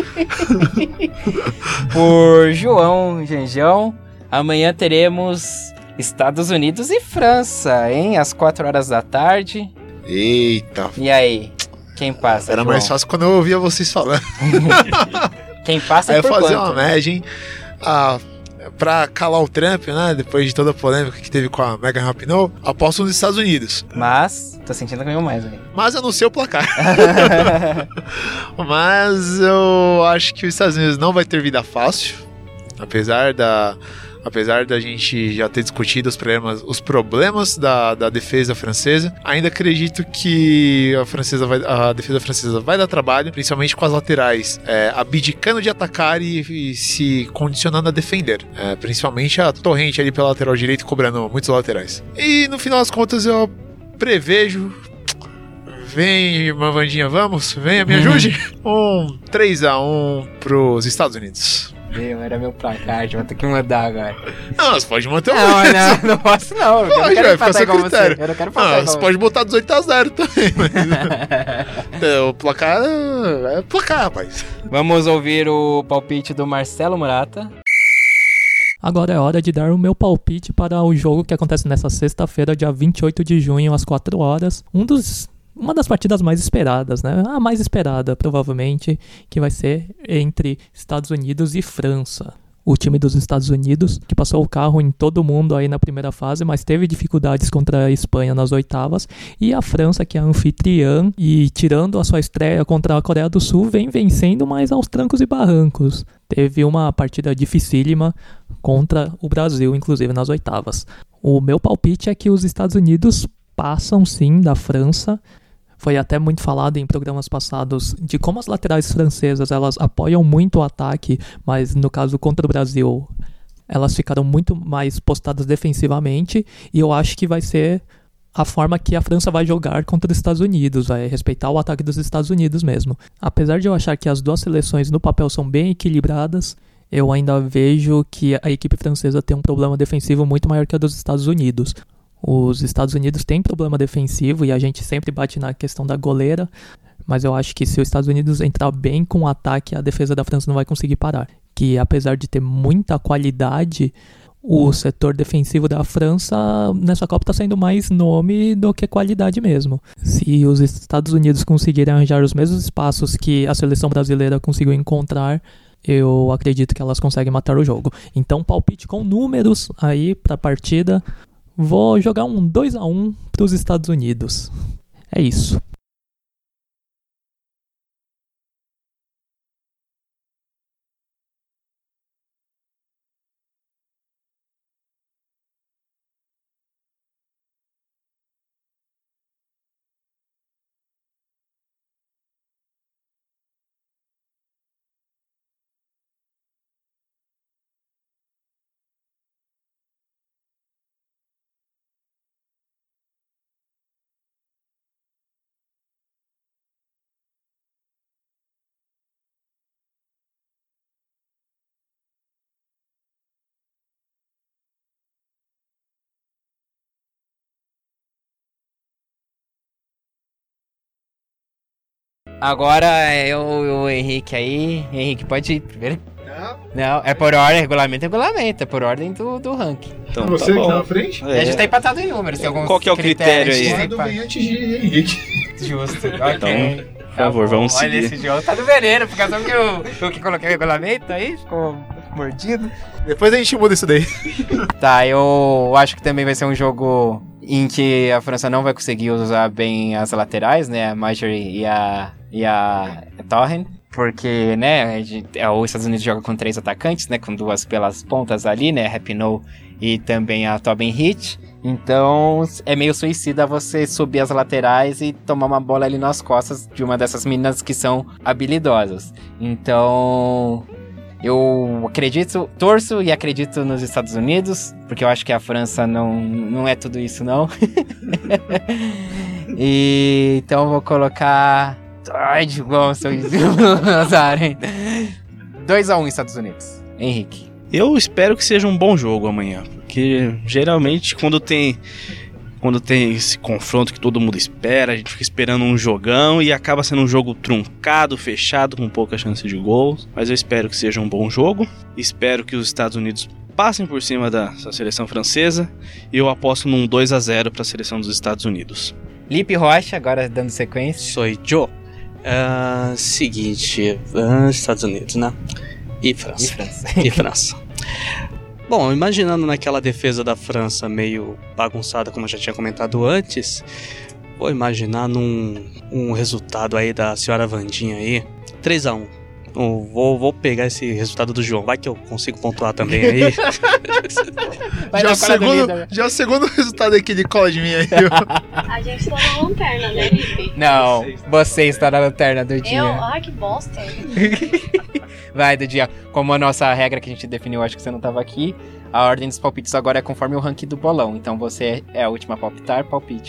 Por João Genjão, amanhã teremos Estados Unidos e França, hein? Às 4 horas da tarde. Eita! E aí? Quem passa, Era João? mais fácil quando eu ouvia vocês falando. Quem passa aí por eu fazer quanto? uma média, hein? Pra calar o Trump, né? Depois de toda a polêmica que teve com a Megan Rapinoe, aposto nos Estados Unidos. Mas, tô sentindo que ganhou mais, né? Mas eu não sei o placar. Mas eu acho que os Estados Unidos não vai ter vida fácil. Apesar da gente já ter discutido os problemas da defesa francesa, ainda acredito que a defesa francesa vai dar trabalho, principalmente com as laterais abdicando de atacar e se condicionando a defender. Principalmente a Torrente ali pela lateral direita, cobrando muitos laterais. E no final das contas eu prevejo Vem, Mavandinha, vamos? Venha, me ajude. 3-1 pros Estados Unidos. Era meu placar, vou ter que mudar agora. Não, você pode manter o Não posso não. Eu não quero empatar igual você. Eu não quero empatar igual você. Pode botar 18-0 também, mas... o placar é placar, rapaz. Vamos ouvir o palpite do Marcelo Murata. Agora é hora de dar o meu palpite para o jogo que acontece nessa sexta-feira, dia 28 de junho, às 4 horas. Uma das partidas mais esperadas, né? A mais esperada, provavelmente, que vai ser entre Estados Unidos e França. O time dos Estados Unidos, que passou o carro em todo mundo aí na primeira fase, mas teve dificuldades contra a Espanha nas oitavas. E a França, que é a anfitriã, e tirando a sua estreia contra a Coreia do Sul, vem vencendo, mas aos trancos e barrancos. Teve uma partida dificílima contra o Brasil, inclusive nas oitavas. O meu palpite é que os Estados Unidos passam sim da França. Foi até muito falado em programas passados de como as laterais francesas elas apoiam muito o ataque, mas no caso contra o Brasil elas ficaram muito mais postadas defensivamente, e eu acho que vai ser a forma que a França vai jogar contra os Estados Unidos, vai respeitar o ataque dos Estados Unidos mesmo. Apesar de eu achar que as duas seleções no papel são bem equilibradas, eu ainda vejo que a equipe francesa tem um problema defensivo muito maior que a dos Estados Unidos. Os Estados Unidos têm problema defensivo e a gente sempre bate na questão da goleira, mas eu acho que se os Estados Unidos entrar bem com o ataque, a defesa da França não vai conseguir parar. Que apesar de ter muita qualidade, o setor defensivo da França nessa Copa está sendo mais nome do que qualidade mesmo. Se os Estados Unidos conseguirem arranjar os mesmos espaços que a seleção brasileira conseguiu encontrar, eu acredito que elas conseguem matar o jogo. Então, palpite com números aí para a partida. Vou jogar um 2-1 para os Estados Unidos. É isso. Agora é o Henrique aí. Henrique, pode ir primeiro? Não, é por ordem, regulamento. É por ordem do ranking. Então, você que tá na frente? A gente tá empatado em números. Tem alguns Qual que é o critério aí? Bem antes de Henrique. Justo, ok. Então, por favor, vamos seguir. Olha, esse jogo tá do veneno, por causa que eu que coloquei o regulamento aí, ficou mordido. Depois a gente muda isso daí. Tá, eu acho que também vai ser um jogo em que a França não vai conseguir usar bem as laterais, né? A Marjorie e a Torren. Porque, né, os Estados Unidos joga com 3 atacantes, né? Com 2 pelas pontas ali, né? Rapinoe e também a Tobin Heath. Então, é meio suicida você subir as laterais e tomar uma bola ali nas costas de uma dessas meninas que são habilidosas. Então, eu torço e acredito nos Estados Unidos, porque eu acho que a França não é tudo isso, não. Então, eu vou colocar... Ai, igual seu azar, hein? 2-1 Estados Unidos. Henrique. Eu espero que seja um bom jogo amanhã, porque geralmente quando tem esse confronto que todo mundo espera, a gente fica esperando um jogão e acaba sendo um jogo truncado, fechado, com pouca chance de gols. Mas eu espero que seja um bom jogo. Espero que os Estados Unidos passem por cima da seleção francesa e eu aposto num 2-0 para a seleção dos Estados Unidos. Lipe Rocha, agora dando sequência. Sou Joe. Seguinte, Estados Unidos, né? E França. Bom, imaginando naquela defesa da França meio bagunçada, como eu já tinha comentado antes, vou imaginar um resultado aí da senhora Vandinha aí, 3-1. Vou pegar esse resultado do João, vai que eu consigo pontuar também aí. Já o segundo resultado aqui de cola de mim aí. A gente tá na lanterna, né, Lipe? Não, você está na lanterna do dia. Ai, que bosta. Vai, do dia. Como a nossa regra que a gente definiu, acho que você não estava aqui, a ordem dos palpites agora é conforme o ranking do bolão. Então você é a última a palpitar, palpite aí.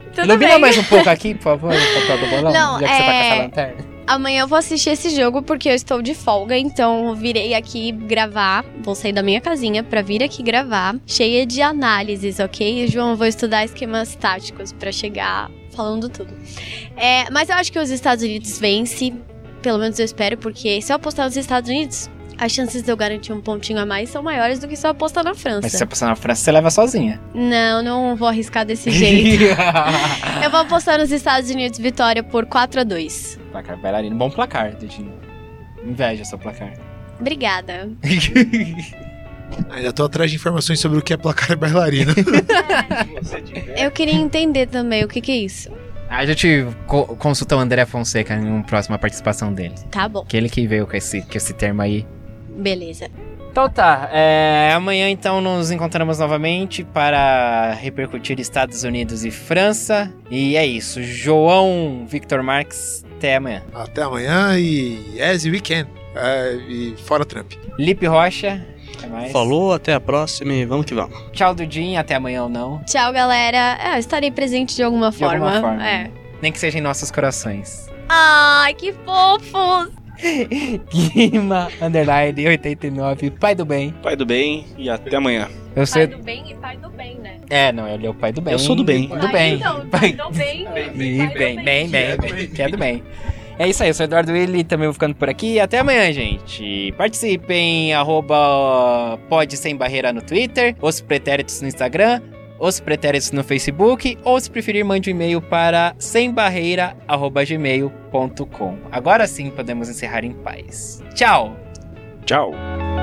Tudo Ilumina bem. mais um pouco aqui, por favor, o papel do bolão, Não, já que você tá com essa lanterna. Amanhã eu vou assistir esse jogo porque eu estou de folga, então eu virei aqui gravar. Vou sair da minha casinha pra vir aqui gravar, cheia de análises, ok? João, eu vou estudar esquemas táticos pra chegar falando tudo. Mas eu acho que os Estados Unidos vencem, pelo menos eu espero, porque se eu apostar nos Estados Unidos, as chances de eu garantir um pontinho a mais são maiores do que se eu apostar na França. Mas se você apostar na França, você leva sozinha. Não vou arriscar desse jeito. Eu vou apostar nos Estados Unidos vitória por 4-2. Placar bailarino, bom placar, Dedinho. Inveja seu placar. Obrigada. Ainda tô atrás de informações sobre o que é placar bailarino. Eu queria entender também o que é isso. A gente consulta o André Fonseca em uma próxima participação dele. Tá bom, Aquele que veio com esse termo aí. beleza. Então tá, amanhã então nos encontramos novamente para repercutir Estados Unidos e França. E é isso, João Victor Marques, até amanhã. Até amanhã e as we can. E fora Trump. Lipe Rocha, até mais. Falou, até a próxima e vamos que vamos. Tchau, Dudinho, até amanhã ou não. Tchau, galera. Eu estarei presente de alguma De alguma forma. forma. Nem que seja em nossos corações. Ai, que fofos! Guima, underline 89, pai do bem. Pai do bem e até amanhã. Eu sei... bem e pai do bem, né? Não, ele é o pai do bem. Eu sou do bem. Do bem. pai do bem. Bem, que é do bem. É isso aí, eu sou o Eduardo Willi, também vou ficando por aqui. Até amanhã, gente. Participem, @pode sem barreira no Twitter, Os Pretéritos no Instagram, Os Pretéritos no Facebook, ou se preferir, mande um e-mail para sembarreira@gmail.com. Agora sim podemos encerrar em paz. Tchau! Tchau.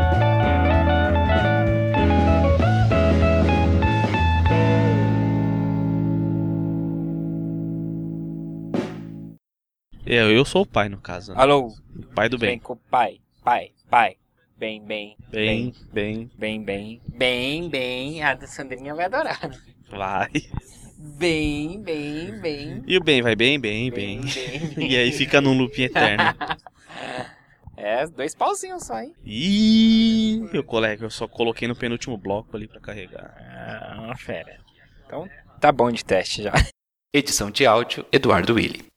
Eu sou o pai, no caso. Né? Alô? O pai do Bem bem. com o pai. Bem. Bem. A da Sandrinha vai adorar. Vai. Bem. E o bem vai bem. E aí fica num looping eterno. 2 pauzinhos só, hein? Ih, meu colega, eu só coloquei no penúltimo bloco ali pra carregar. Fera. Então, tá bom de teste já. Edição de áudio, Eduardo Willi.